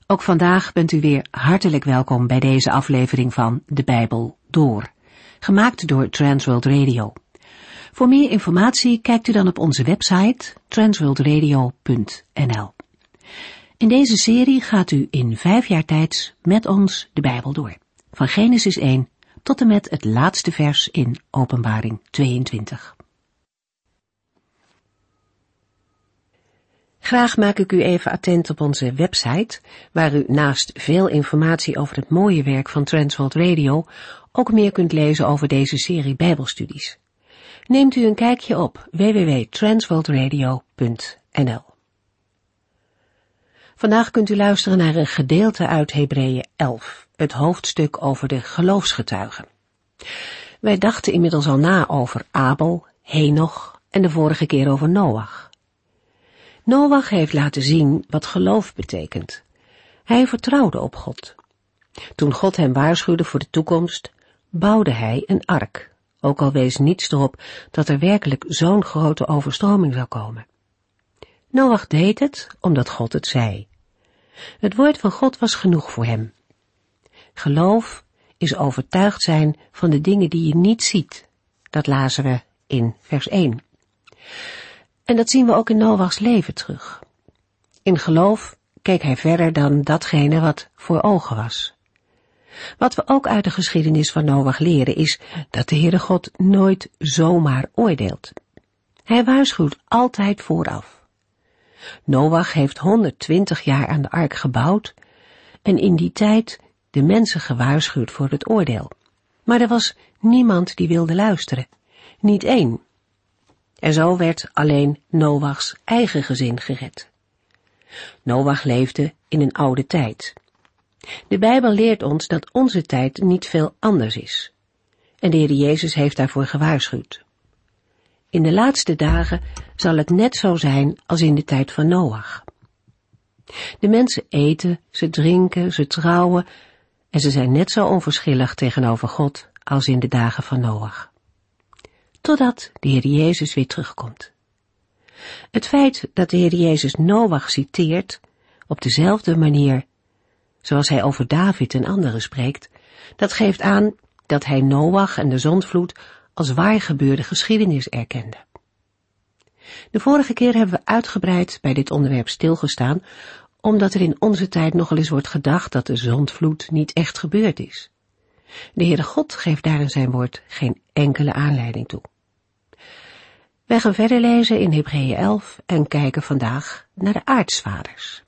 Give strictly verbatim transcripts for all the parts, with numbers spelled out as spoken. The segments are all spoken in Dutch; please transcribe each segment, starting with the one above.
Ook vandaag bent u weer hartelijk welkom bij deze aflevering van De Bijbel Door, gemaakt door Transworld Radio. Voor meer informatie kijkt u dan op onze website transworld radio punt n l. In deze serie gaat u in vijf jaar tijd met ons de Bijbel door, van Genesis één tot en met het laatste vers in Openbaring tweeëntwintig. Graag maak ik u even attent op onze website, waar u naast veel informatie over het mooie werk van Transworld Radio ook meer kunt lezen over deze serie Bijbelstudies. Neemt u een kijkje op w w w punt transworld radio punt n l. Vandaag kunt u luisteren naar een gedeelte uit Hebreeën elf, het hoofdstuk over de geloofsgetuigen. Wij dachten inmiddels al na over Abel, Henoch en de vorige keer over Noach. Noach heeft laten zien wat geloof betekent. Hij vertrouwde op God. Toen God hem waarschuwde voor de toekomst, bouwde hij een ark, ook al wees niets erop dat er werkelijk zo'n grote overstroming zou komen. Noach deed het omdat God het zei. Het woord van God was genoeg voor hem. Geloof is overtuigd zijn van de dingen die je niet ziet. Dat lazen we in vers één. En dat zien we ook in Noachs leven terug. In geloof keek hij verder dan datgene wat voor ogen was. Wat we ook uit de geschiedenis van Noach leren is dat de Heere God nooit zomaar oordeelt. Hij waarschuwt altijd vooraf. Noach heeft honderdtwintig jaar aan de ark gebouwd en in die tijd de mensen gewaarschuwd voor het oordeel. Maar er was niemand die wilde luisteren. Niet één. En zo werd alleen Noachs eigen gezin gered. Noach leefde in een oude tijd. De Bijbel leert ons dat onze tijd niet veel anders is. En de Heer Jezus heeft daarvoor gewaarschuwd. In de laatste dagen zal het net zo zijn als in de tijd van Noach. De mensen eten, ze drinken, ze trouwen en ze zijn net zo onverschillig tegenover God als in de dagen van Noach. Totdat de Heer Jezus weer terugkomt. Het feit dat de Heer Jezus Noach citeert, op dezelfde manier zoals hij over David en anderen spreekt, dat geeft aan dat hij Noach en de zondvloed als waar gebeurde geschiedenis erkende. De vorige keer hebben we uitgebreid bij dit onderwerp stilgestaan, omdat er in onze tijd nogal eens wordt gedacht dat de zondvloed niet echt gebeurd is. De Heere God geeft daar in zijn woord geen enkele aanleiding toe. Wij gaan verder lezen in Hebreeën elf en kijken vandaag naar de aartsvaders.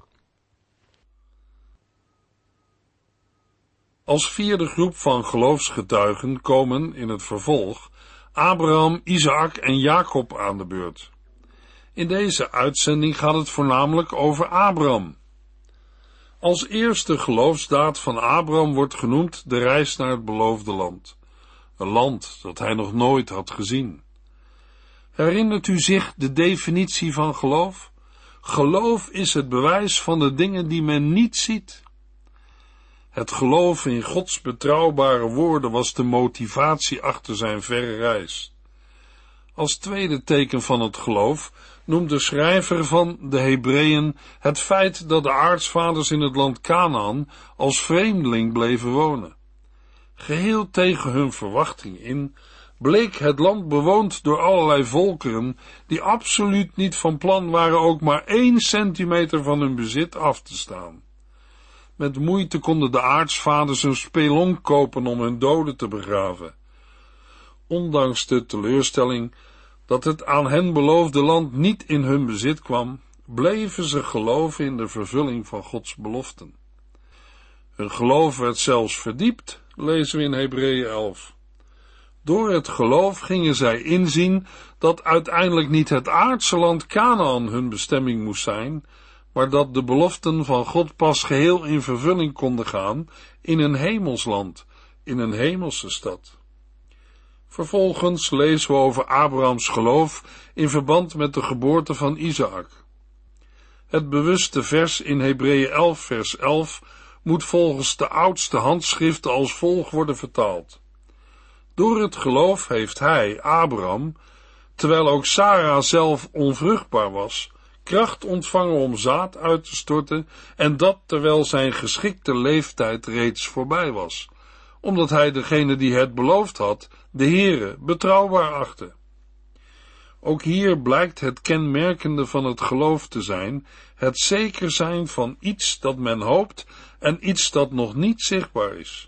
Als vierde groep van geloofsgetuigen komen in het vervolg Abraham, Isaac en Jacob aan de beurt. In deze uitzending gaat het voornamelijk over Abraham. Als eerste geloofsdaad van Abraham wordt genoemd de reis naar het beloofde land. Een land dat hij nog nooit had gezien. Herinnert u zich de definitie van geloof? Geloof is het bewijs van de dingen die men niet ziet. Het geloof in Gods betrouwbare woorden was de motivatie achter zijn verre reis. Als tweede teken van het geloof noemt de schrijver van de Hebreeën het feit dat de aartsvaders in het land Kanaan als vreemdeling bleven wonen. Geheel tegen hun verwachting in, bleek het land bewoond door allerlei volkeren die absoluut niet van plan waren ook maar één centimeter van hun bezit af te staan. Met moeite konden de aartsvaders een spelonk kopen om hun doden te begraven. Ondanks de teleurstelling dat het aan hen beloofde land niet in hun bezit kwam, bleven ze geloven in de vervulling van Gods beloften. Hun geloof werd zelfs verdiept, lezen we in Hebreeën elf. Door het geloof gingen zij inzien dat uiteindelijk niet het aardse land Kanaan hun bestemming moest zijn, maar dat de beloften van God pas geheel in vervulling konden gaan in een hemelsland, in een hemelse stad. Vervolgens lezen we over Abrahams geloof in verband met de geboorte van Isaac. Het bewuste vers in Hebreeën elf vers elf moet volgens de oudste handschriften als volgt worden vertaald. Door het geloof heeft hij, Abraham, terwijl ook Sara zelf onvruchtbaar was, kracht ontvangen om zaad uit te storten, en dat terwijl zijn geschikte leeftijd reeds voorbij was, omdat hij degene die het beloofd had, de Heere, betrouwbaar achtte. Ook hier blijkt het kenmerkende van het geloof te zijn, het zeker zijn van iets dat men hoopt en iets dat nog niet zichtbaar is.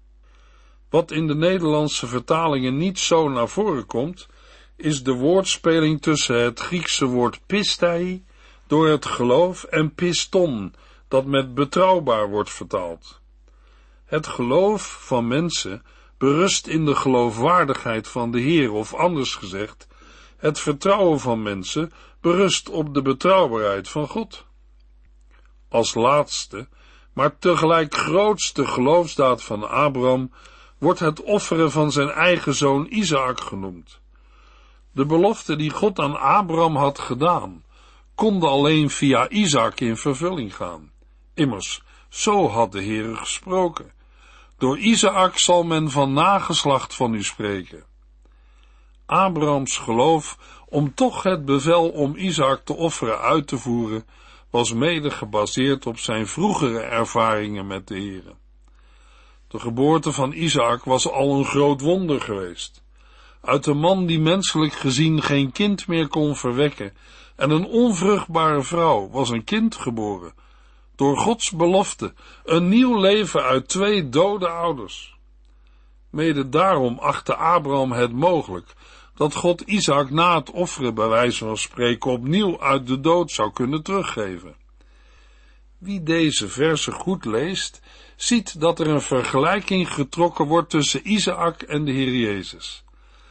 Wat in de Nederlandse vertalingen niet zo naar voren komt, is de woordspeling tussen het Griekse woord pistei door het geloof en piston, dat met betrouwbaar wordt vertaald. Het geloof van mensen berust in de geloofwaardigheid van de Heer, of anders gezegd, het vertrouwen van mensen berust op de betrouwbaarheid van God. Als laatste, maar tegelijk grootste geloofsdaad van Abraham, wordt het offeren van zijn eigen zoon Isaak genoemd. De belofte die God aan Abraham had gedaan, konden alleen via Isaak in vervulling gaan. Immers, zo had de Heere gesproken. Door Isaak zal men van nageslacht van u spreken. Abrahams geloof om toch het bevel om Isaak te offeren uit te voeren, was mede gebaseerd op zijn vroegere ervaringen met de Heere. De geboorte van Isaak was al een groot wonder geweest. Uit een man die menselijk gezien geen kind meer kon verwekken en een onvruchtbare vrouw was een kind geboren, door Gods belofte, een nieuw leven uit twee dode ouders. Mede daarom achtte Abraham het mogelijk dat God Isaak na het offeren bij wijze van spreken opnieuw uit de dood zou kunnen teruggeven. Wie deze verse goed leest, ziet dat er een vergelijking getrokken wordt tussen Isaak en de Heer Jezus.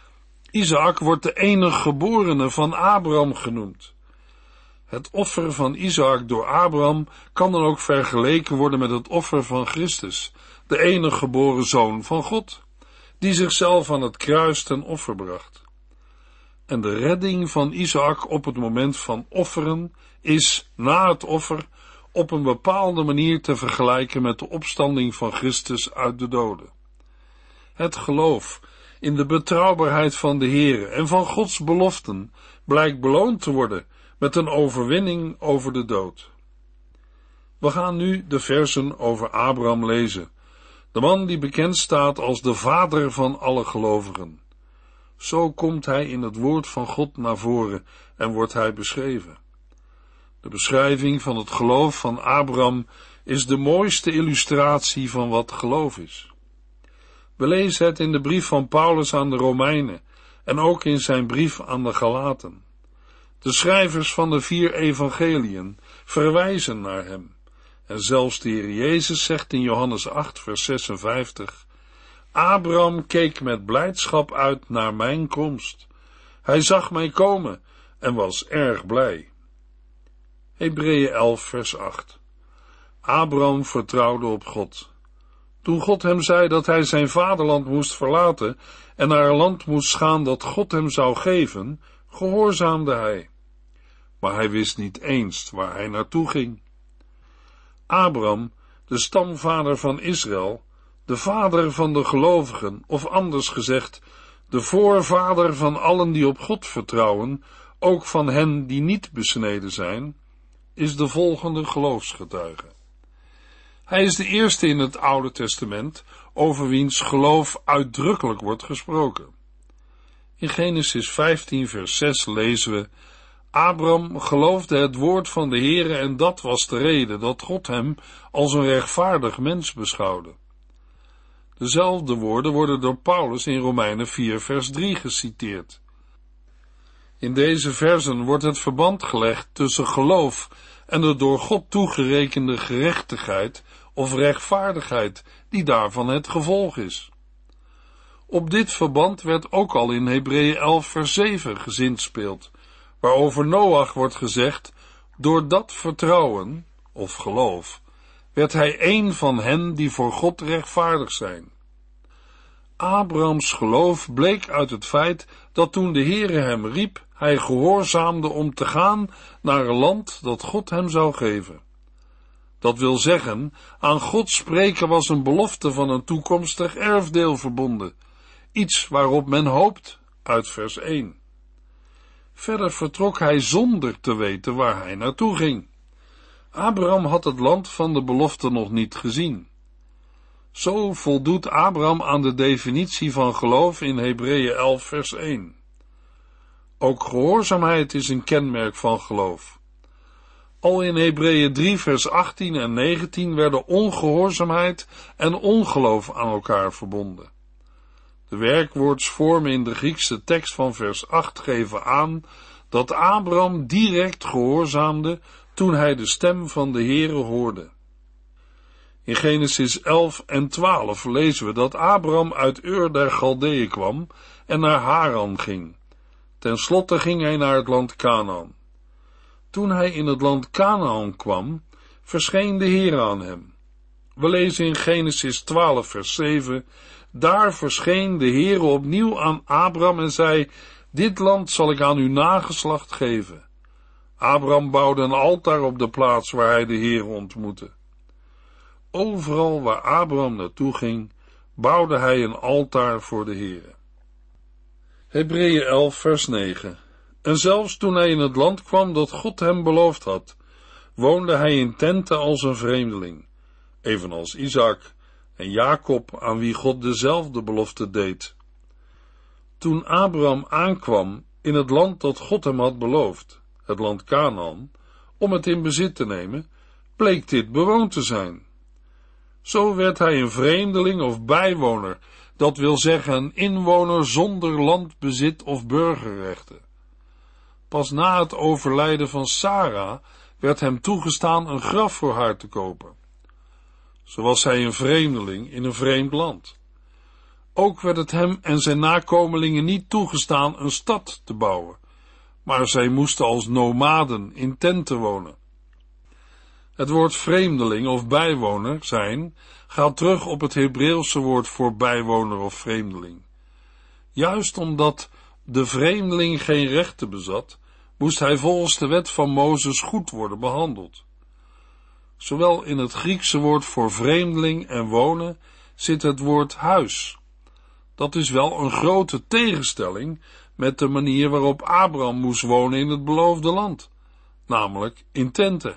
Isaak wordt de enige geborene van Abraham genoemd. Het offer van Isaak door Abraham kan dan ook vergeleken worden met het offer van Christus, de enige geboren zoon van God, die zichzelf aan het kruis ten offer bracht. En de redding van Isaak op het moment van offeren is, na het offer, op een bepaalde manier te vergelijken met de opstanding van Christus uit de doden. Het geloof in de betrouwbaarheid van de Heere en van Gods beloften blijkt beloond te worden met een overwinning over de dood. We gaan nu de versen over Abraham lezen, de man die bekend staat als de vader van alle gelovigen. Zo komt hij in het woord van God naar voren en wordt hij beschreven. De beschrijving van het geloof van Abraham is de mooiste illustratie van wat geloof is. We lezen het in de brief van Paulus aan de Romeinen en ook in zijn brief aan de Galaten. De schrijvers van de vier evangeliën verwijzen naar hem. En zelfs de Heer Jezus zegt in Johannes acht, vers zesenvijftig, Abraham keek met blijdschap uit naar mijn komst. Hij zag mij komen en was erg blij. Hebreeën elf, vers acht. Abraham vertrouwde op God. Toen God hem zei dat hij zijn vaderland moest verlaten en naar een land moest gaan dat God hem zou geven, gehoorzaamde hij. Maar hij wist niet eens waar hij naartoe ging. Abraham, de stamvader van Israël, de vader van de gelovigen, of anders gezegd, de voorvader van allen die op God vertrouwen, ook van hen die niet besneden zijn, is de volgende geloofsgetuige. Hij is de eerste in het Oude Testament over wiens geloof uitdrukkelijk wordt gesproken. In Genesis vijftien vers zes lezen we, Abraham geloofde het woord van de Heere en dat was de reden dat God hem als een rechtvaardig mens beschouwde. Dezelfde woorden worden door Paulus in Romeinen vier vers drie geciteerd. In deze versen wordt het verband gelegd tussen geloof en de door God toegerekende gerechtigheid of rechtvaardigheid die daarvan het gevolg is. Op dit verband werd ook al in Hebreeën elf vers zeven gezinspeeld, waarover Noach wordt gezegd, door dat vertrouwen, of geloof, werd hij een van hen die voor God rechtvaardig zijn. Abrahams geloof bleek uit het feit dat toen de Heere hem riep, hij gehoorzaamde om te gaan naar een land dat God hem zou geven. Dat wil zeggen, aan God spreken was een belofte van een toekomstig erfdeel verbonden, iets waarop men hoopt, uit vers één. Verder vertrok hij zonder te weten waar hij naartoe ging. Abraham had het land van de belofte nog niet gezien. Zo voldoet Abraham aan de definitie van geloof in Hebreeën elf vers één. Ook gehoorzaamheid is een kenmerk van geloof. Al in Hebreeën drie vers achttien en negentien werden ongehoorzaamheid en ongeloof aan elkaar verbonden. De werkwoordsvormen in de Griekse tekst van vers acht geven aan dat Abraham direct gehoorzaamde toen hij de stem van de Heere hoorde. In Genesis elf en twaalf lezen we dat Abraham uit Ur der Galdeeën kwam en naar Haran ging. Ten slotte ging hij naar het land Kanaan. Toen hij in het land Kanaan kwam, verscheen de Heer aan hem. We lezen in Genesis twaalf vers zeven, daar verscheen de Heer opnieuw aan Abraham en zei, dit land zal ik aan uw nageslacht geven. Abraham bouwde een altaar op de plaats waar hij de Heer ontmoette. Overal waar Abraham naartoe ging, bouwde hij een altaar voor de Heer. Hebreeën elf vers negen. En zelfs toen hij in het land kwam dat God hem beloofd had, woonde hij in tenten als een vreemdeling, evenals Isaac en Jacob, aan wie God dezelfde belofte deed. Toen Abraham aankwam in het land dat God hem had beloofd, het land Kanaan, om het in bezit te nemen, bleek dit bewoond te zijn. Zo werd hij een vreemdeling of bijwoner, dat wil zeggen een inwoner zonder landbezit of burgerrechten. Pas na het overlijden van Sara werd hem toegestaan een graf voor haar te kopen. Zo was hij een vreemdeling in een vreemd land. Ook werd het hem en zijn nakomelingen niet toegestaan een stad te bouwen, maar zij moesten als nomaden in tenten wonen. Het woord vreemdeling of bijwoner zijn gaat terug op het Hebreeuwse woord voor bijwoner of vreemdeling. Juist omdat de vreemdeling geen rechten bezat, moest hij volgens de wet van Mozes goed worden behandeld. Zowel in het Griekse woord voor vreemdeling en wonen zit het woord huis. Dat is wel een grote tegenstelling met de manier waarop Abraham moest wonen in het beloofde land, namelijk in tenten.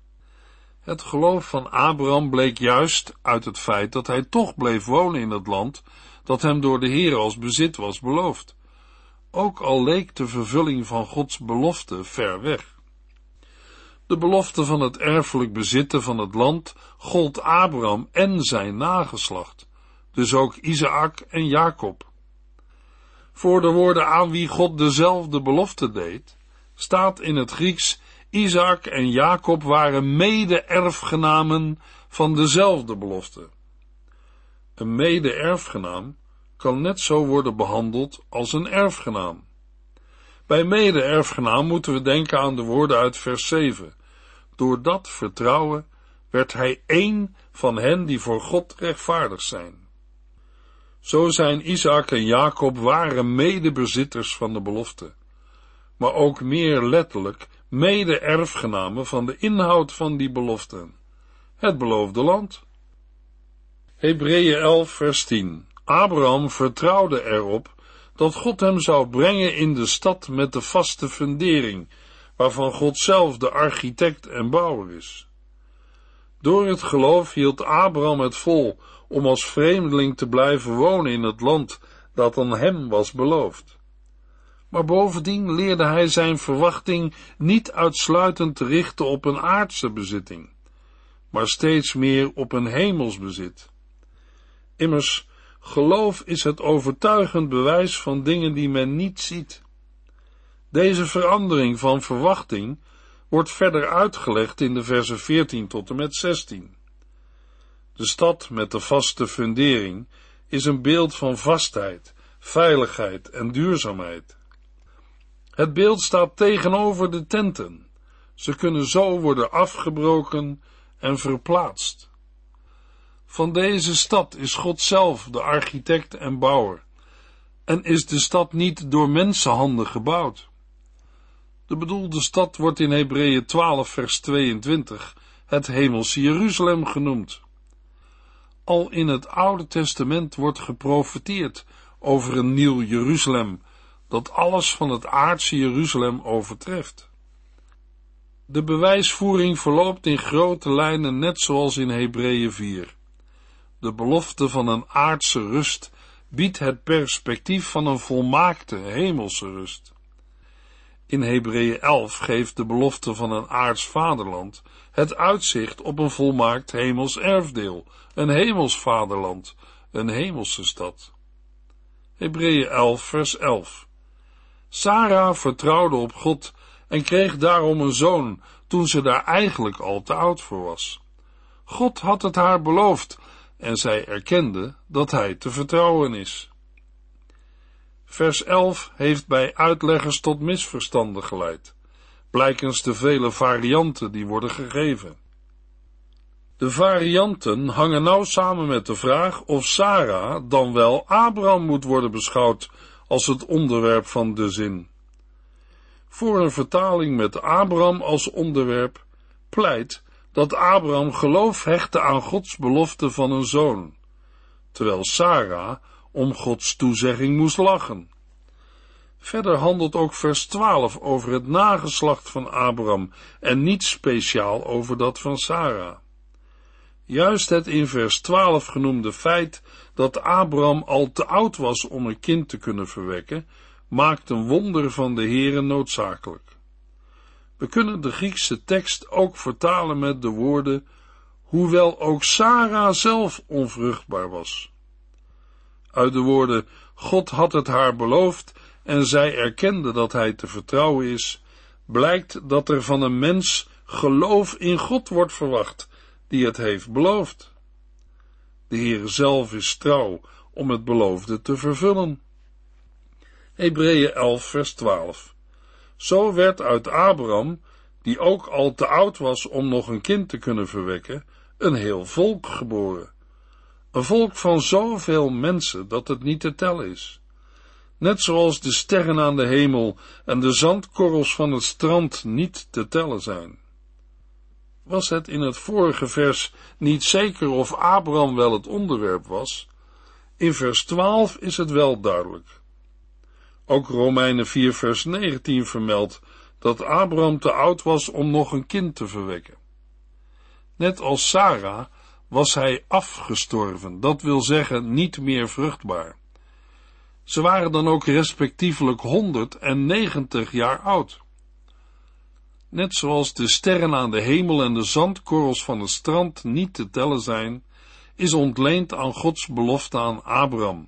Het geloof van Abraham bleek juist uit het feit dat hij toch bleef wonen in het land dat hem door de Heer als bezit was beloofd, ook al leek de vervulling van Gods belofte ver weg. De belofte van het erfelijk bezitten van het land gold Abraham en zijn nageslacht, dus ook Isaac en Jacob. Voor de woorden aan wie God dezelfde belofte deed, staat in het Grieks, Isaac en Jacob waren mede-erfgenamen van dezelfde belofte. Een mede-erfgenaam kan net zo worden behandeld als een erfgenaam. Bij mede-erfgenaam moeten we denken aan de woorden uit vers zeven. Door dat vertrouwen werd hij één van hen die voor God rechtvaardig zijn. Zo zijn Isaac en Jacob ware medebezitters van de belofte, maar ook meer letterlijk mede-erfgenamen van de inhoud van die beloften, het beloofde land. Hebreeën elf vers tien. Abraham vertrouwde erop dat God hem zou brengen in de stad met de vaste fundering, waarvan God zelf de architect en bouwer is. Door het geloof hield Abraham het vol om als vreemdeling te blijven wonen in het land dat aan hem was beloofd. Maar bovendien leerde hij zijn verwachting niet uitsluitend te richten op een aardse bezitting, maar steeds meer op een hemels bezit. Immers, geloof is het overtuigend bewijs van dingen die men niet ziet. Deze verandering van verwachting wordt verder uitgelegd in de versen veertien tot en met zestien. De stad met de vaste fundering is een beeld van vastheid, veiligheid en duurzaamheid. Het beeld staat tegenover de tenten. Ze kunnen zo worden afgebroken en verplaatst. Van deze stad is God zelf de architect en bouwer, en is de stad niet door mensenhanden gebouwd. De bedoelde stad wordt in Hebreeën twaalf vers tweeëntwintig het hemelse Jeruzalem genoemd. Al in het Oude Testament wordt geprofeteerd over een nieuw Jeruzalem, dat alles van het aardse Jeruzalem overtreft. De bewijsvoering verloopt in grote lijnen net zoals in Hebreeën vier. De belofte van een aardse rust biedt het perspectief van een volmaakte hemelse rust. In Hebreeën elf geeft de belofte van een aards vaderland het uitzicht op een volmaakt hemels erfdeel, een hemels vaderland, een hemelse stad. Hebreeën elf vers elf. Sara vertrouwde op God en kreeg daarom een zoon, toen ze daar eigenlijk al te oud voor was. God had het haar beloofd en zij erkende dat hij te vertrouwen is. Vers elf heeft bij uitleggers tot misverstanden geleid, blijkens de vele varianten die worden gegeven. De varianten hangen nauw samen met de vraag of Sara dan wel Abraham moet worden beschouwd als het onderwerp van de zin. Voor een vertaling met Abraham als onderwerp pleit dat Abraham geloof hechtte aan Gods belofte van een zoon, terwijl Sara om Gods toezegging moest lachen. Verder handelt ook vers twaalf over het nageslacht van Abraham en niet speciaal over dat van Sara. Juist het in vers twaalf genoemde feit dat Abraham al te oud was om een kind te kunnen verwekken, maakt een wonder van de Heere noodzakelijk. We kunnen de Griekse tekst ook vertalen met de woorden, hoewel ook Sara zelf onvruchtbaar was. Uit de woorden, God had het haar beloofd en zij erkende dat hij te vertrouwen is, blijkt dat er van een mens geloof in God wordt verwacht, die het heeft beloofd. De Heere zelf is trouw om het beloofde te vervullen. Hebreeën elf vers twaalf. Zo werd uit Abraham, die ook al te oud was om nog een kind te kunnen verwekken, een heel volk geboren. Een volk van zoveel mensen dat het niet te tellen is. Net zoals de sterren aan de hemel en de zandkorrels van het strand niet te tellen zijn. Was het in het vorige vers niet zeker of Abraham wel het onderwerp was? In vers twaalf is het wel duidelijk. Ook Romeinen vier vers negentien vermeldt dat Abraham te oud was om nog een kind te verwekken. Net als Sara was hij afgestorven, dat wil zeggen niet meer vruchtbaar. Ze waren dan ook respectievelijk honderd en negentig jaar oud. Net zoals de sterren aan de hemel en de zandkorrels van het strand niet te tellen zijn, is ontleend aan Gods belofte aan Abraham.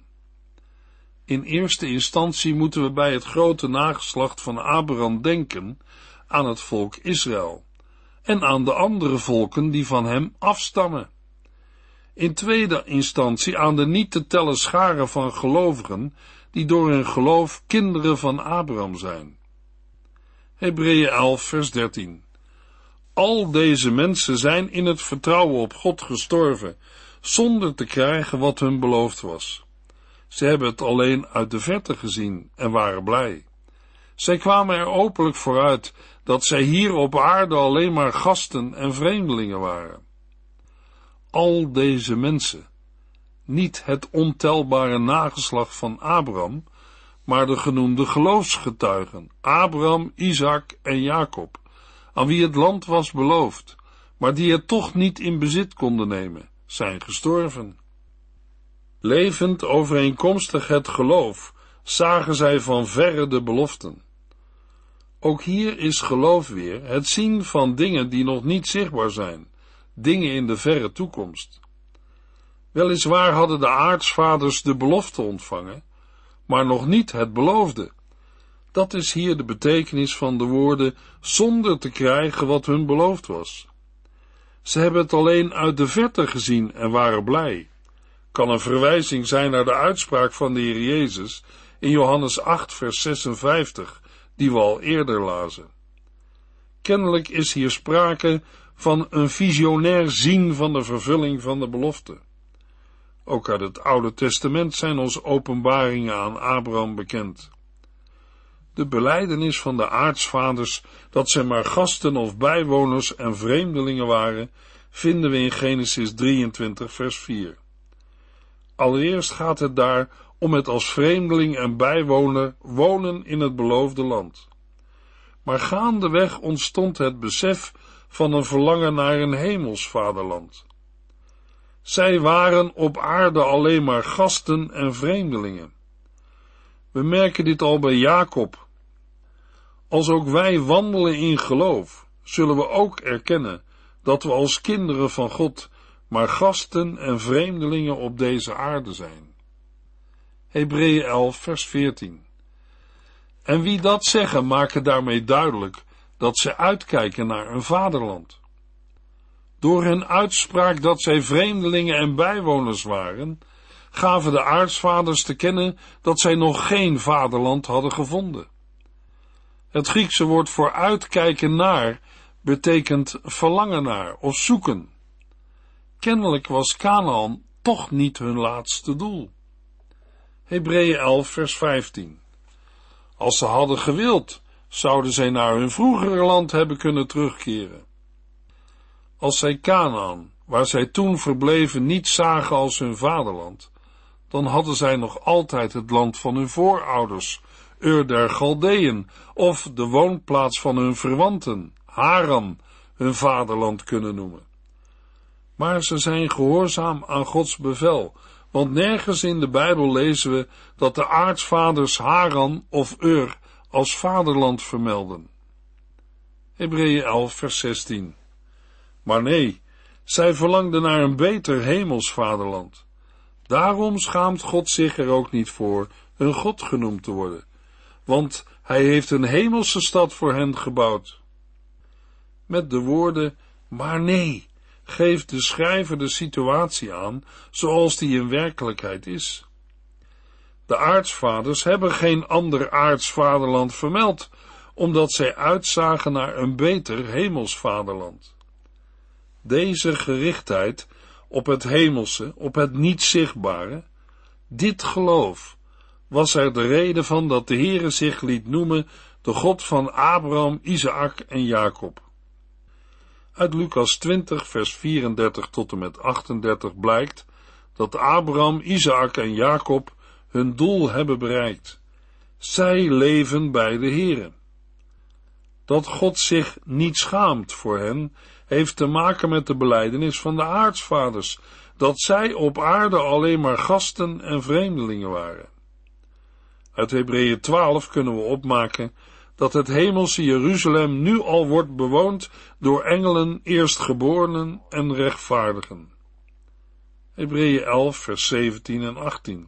In eerste instantie moeten we bij het grote nageslacht van Abraham denken aan het volk Israël en aan de andere volken die van hem afstammen. In tweede instantie aan de niet te tellen scharen van gelovigen die door hun geloof kinderen van Abraham zijn. Hebreeën elf vers dertien. Al deze mensen zijn in het vertrouwen op God gestorven, zonder te krijgen wat hun beloofd was. Ze hebben het alleen uit de verte gezien en waren blij. Zij kwamen er openlijk vooruit dat zij hier op aarde alleen maar gasten en vreemdelingen waren. Al deze mensen, niet het ontelbare nageslacht van Abraham, maar de genoemde geloofsgetuigen, Abraham, Isaac en Jacob, aan wie het land was beloofd, maar die het toch niet in bezit konden nemen, zijn gestorven. Levend overeenkomstig het geloof, zagen zij van verre de beloften. Ook hier is geloof weer het zien van dingen die nog niet zichtbaar zijn, dingen in de verre toekomst. Weliswaar hadden de aartsvaders de belofte ontvangen, maar nog niet het beloofde. Dat is hier de betekenis van de woorden zonder te krijgen wat hun beloofd was. Ze hebben het alleen uit de verte gezien en waren blij. Kan een verwijzing zijn naar de uitspraak van de Heer Jezus in Johannes acht vers zesenvijftig, die we al eerder lazen. Kennelijk is hier sprake van een visionair zien van de vervulling van de belofte. Ook uit het Oude Testament zijn ons openbaringen aan Abraham bekend. De belijdenis van de aartsvaders dat zij maar gasten of bijwoners en vreemdelingen waren, vinden we in Genesis drieëntwintig vers vier. Allereerst gaat het daar om het als vreemdeling en bijwoner wonen in het beloofde land. Maar gaandeweg ontstond het besef van een verlangen naar een hemels vaderland. Zij waren op aarde alleen maar gasten en vreemdelingen. We merken dit al bij Jacob. Als ook wij wandelen in geloof, zullen we ook erkennen dat we als kinderen van God maar gasten en vreemdelingen op deze aarde zijn. Hebreeën elf, vers veertien. En wie dat zeggen, maken daarmee duidelijk dat ze uitkijken naar een vaderland. Door hun uitspraak dat zij vreemdelingen en bijwoners waren, gaven de aartsvaders te kennen dat zij nog geen vaderland hadden gevonden. Het Griekse woord voor uitkijken naar betekent verlangen naar of zoeken. Kennelijk was Kanaan toch niet hun laatste doel. Hebreeën elf, vers vijftien. Als ze hadden gewild, zouden zij naar hun vroegere land hebben kunnen terugkeren. Als zij Kanaan, waar zij toen verbleven, niet zagen als hun vaderland, dan hadden zij nog altijd het land van hun voorouders, Ur der Galdeën, of de woonplaats van hun verwanten, Haran, hun vaderland kunnen noemen. Maar ze zijn gehoorzaam aan Gods bevel, want nergens in de Bijbel lezen we dat de aartsvaders Haran of Ur als vaderland vermelden. Hebreeën elf, vers zestien. Maar nee, zij verlangden naar een beter hemels vaderland. Daarom schaamt God zich er ook niet voor hun God genoemd te worden, want hij heeft een hemelse stad voor hen gebouwd. Met de woorden, maar nee, geeft de schrijver de situatie aan zoals die in werkelijkheid is. De aartsvaders hebben geen ander aartsvaderland vermeld, omdat zij uitzagen naar een beter hemels vaderland. Deze gerichtheid op het hemelse, op het niet zichtbare, dit geloof, was er de reden van dat de Heere zich liet noemen de God van Abraham, Isaak en Jacob. Uit Lucas twintig, vers vierendertig tot en met achtendertig blijkt dat Abraham, Isaak en Jacob hun doel hebben bereikt. Zij leven bij de Heere. Dat God zich niet schaamt voor hen, heeft te maken met de belijdenis van de aartsvaders, dat zij op aarde alleen maar gasten en vreemdelingen waren. Uit Hebreeën twaalf kunnen we opmaken dat het hemelse Jeruzalem nu al wordt bewoond door engelen, eerstgeborenen en rechtvaardigen. Hebreeën elf, vers zeventien en achttien.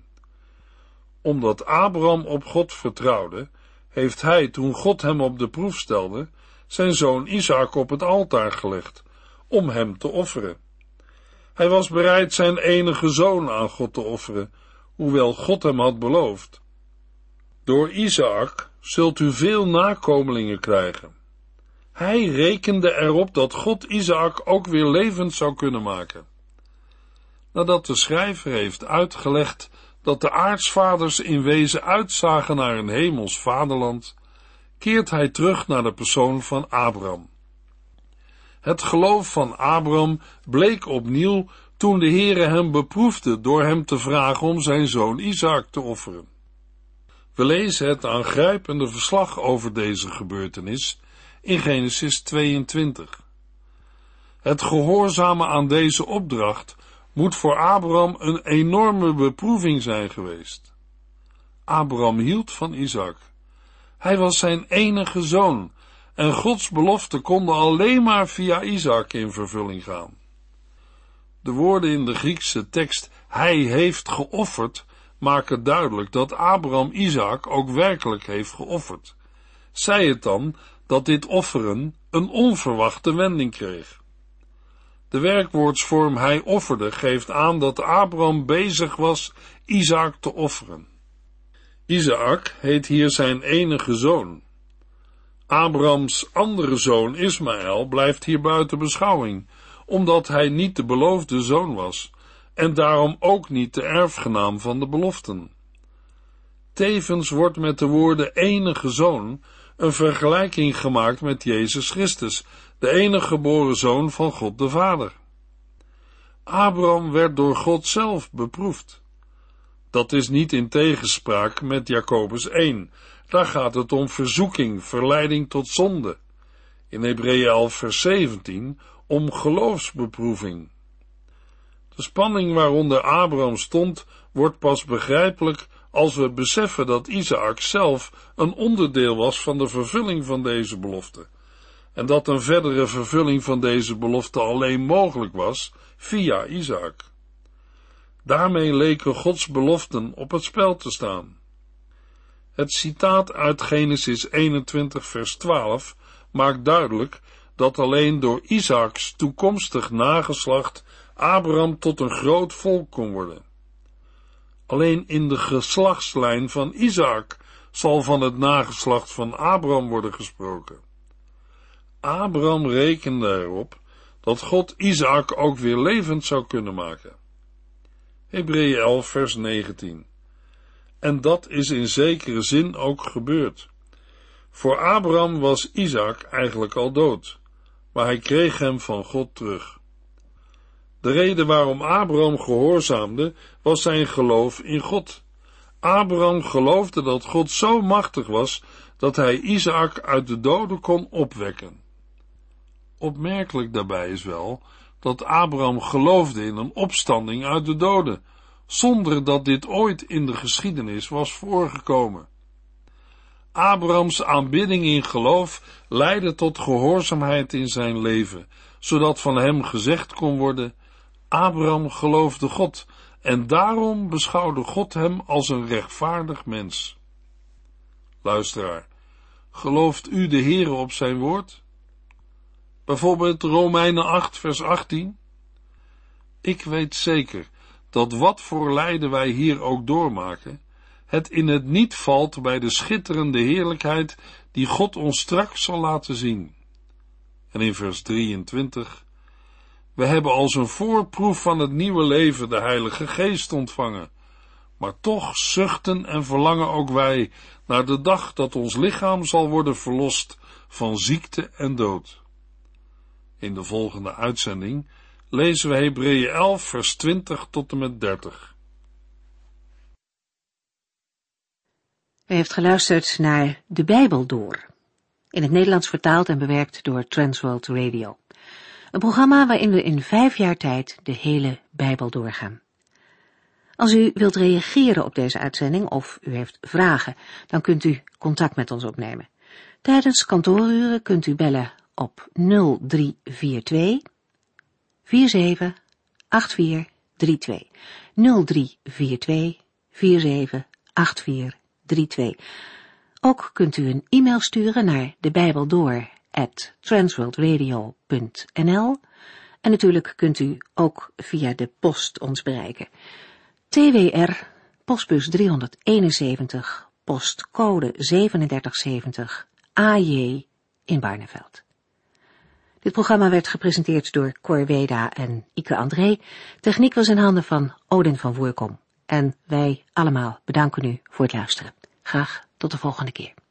Omdat Abraham op God vertrouwde, heeft hij, toen God hem op de proef stelde, zijn zoon Isaak op het altaar gelegd, om hem te offeren. Hij was bereid zijn enige zoon aan God te offeren, hoewel God hem had beloofd: door Isaak zult u veel nakomelingen krijgen. Hij rekende erop dat God Isaak ook weer levend zou kunnen maken. Nadat de schrijver heeft uitgelegd dat de aartsvaders in wezen uitzagen naar een hemels vaderland, keert hij terug naar de persoon van Abraham. Het geloof van Abraham bleek opnieuw toen de Heere hem beproefde door hem te vragen om zijn zoon Isaak te offeren. We lezen het aangrijpende verslag over deze gebeurtenis in Genesis tweeëntwintig. Het gehoorzamen aan deze opdracht moet voor Abraham een enorme beproeving zijn geweest. Abraham hield van Isaak. Hij was zijn enige zoon en Gods belofte konden alleen maar via Isaak in vervulling gaan. De woorden in de Griekse tekst hij heeft geofferd maken duidelijk dat Abraham Isaak ook werkelijk heeft geofferd. Zij het dan dat dit offeren een onverwachte wending kreeg. De werkwoordsvorm hij offerde geeft aan dat Abraham bezig was Isaak te offeren. Isaak heet hier zijn enige zoon. Abrahams andere zoon Ismaël blijft hier buiten beschouwing, omdat hij niet de beloofde zoon was en daarom ook niet de erfgenaam van de beloften. Tevens wordt met de woorden enige zoon een vergelijking gemaakt met Jezus Christus, de enige geboren zoon van God de Vader. Abraham werd door God zelf beproefd. Dat is niet in tegenspraak met Jacobus één. Daar gaat het om verzoeking, verleiding tot zonde. In Hebreeën elf vers zeventien om geloofsbeproeving. De spanning waaronder Abraham stond, wordt pas begrijpelijk als we beseffen dat Isaak zelf een onderdeel was van de vervulling van deze belofte, en dat een verdere vervulling van deze belofte alleen mogelijk was via Isaak. Daarmee leken Gods beloften op het spel te staan. Het citaat uit Genesis eenentwintig vers twaalf maakt duidelijk dat alleen door Isaaks toekomstig nageslacht Abraham tot een groot volk kon worden. Alleen in de geslachtslijn van Isaak zal van het nageslacht van Abraham worden gesproken. Abraham rekende erop dat God Isaak ook weer levend zou kunnen maken. Hebreeën elf vers negentien. En dat is in zekere zin ook gebeurd. Voor Abraham was Isaak eigenlijk al dood, maar hij kreeg hem van God terug. De reden waarom Abraham gehoorzaamde was zijn geloof in God. Abraham geloofde dat God zo machtig was dat hij Isaak uit de doden kon opwekken. Opmerkelijk daarbij is wel dat Abraham geloofde in een opstanding uit de doden, zonder dat dit ooit in de geschiedenis was voorgekomen. Abrahams aanbidding in geloof leidde tot gehoorzaamheid in zijn leven, zodat van hem gezegd kon worden: Abraham geloofde God, en daarom beschouwde God hem als een rechtvaardig mens. Luisteraar, gelooft u de Heere op zijn woord? Bijvoorbeeld Romeinen acht vers achttien. Ik weet zeker dat wat voor lijden wij hier ook doormaken, het in het niet valt bij de schitterende heerlijkheid die God ons straks zal laten zien. En in vers drieëntwintig, we hebben als een voorproef van het nieuwe leven de Heilige Geest ontvangen, maar toch zuchten en verlangen ook wij naar de dag dat ons lichaam zal worden verlost van ziekte en dood. In de volgende uitzending lezen we Hebreeën elf vers twintig tot en met dertig. U heeft geluisterd naar De Bijbel Door, in het Nederlands vertaald en bewerkt door Transworld Radio. Een programma waarin we in vijf jaar tijd de hele Bijbel doorgaan. Als u wilt reageren op deze uitzending of u heeft vragen, dan kunt u contact met ons opnemen. Tijdens kantooruren kunt u bellen op nul drie vier twee vier zeven acht vier drie twee. nul drie vier twee vier zeven acht vier drie twee. Ook kunt u een e-mail sturen naar debijbeldoor at transworldradio punt n l en natuurlijk kunt u ook via de post ons bereiken. T W R, postbus driehonderdeenenzeventig, postcode zevenendertig zeventig, A J in Barneveld. Dit programma werd gepresenteerd door Cor Weda en Ike André. Techniek was in handen van Odin van Voerkom. En wij allemaal bedanken u voor het luisteren. Graag tot de volgende keer.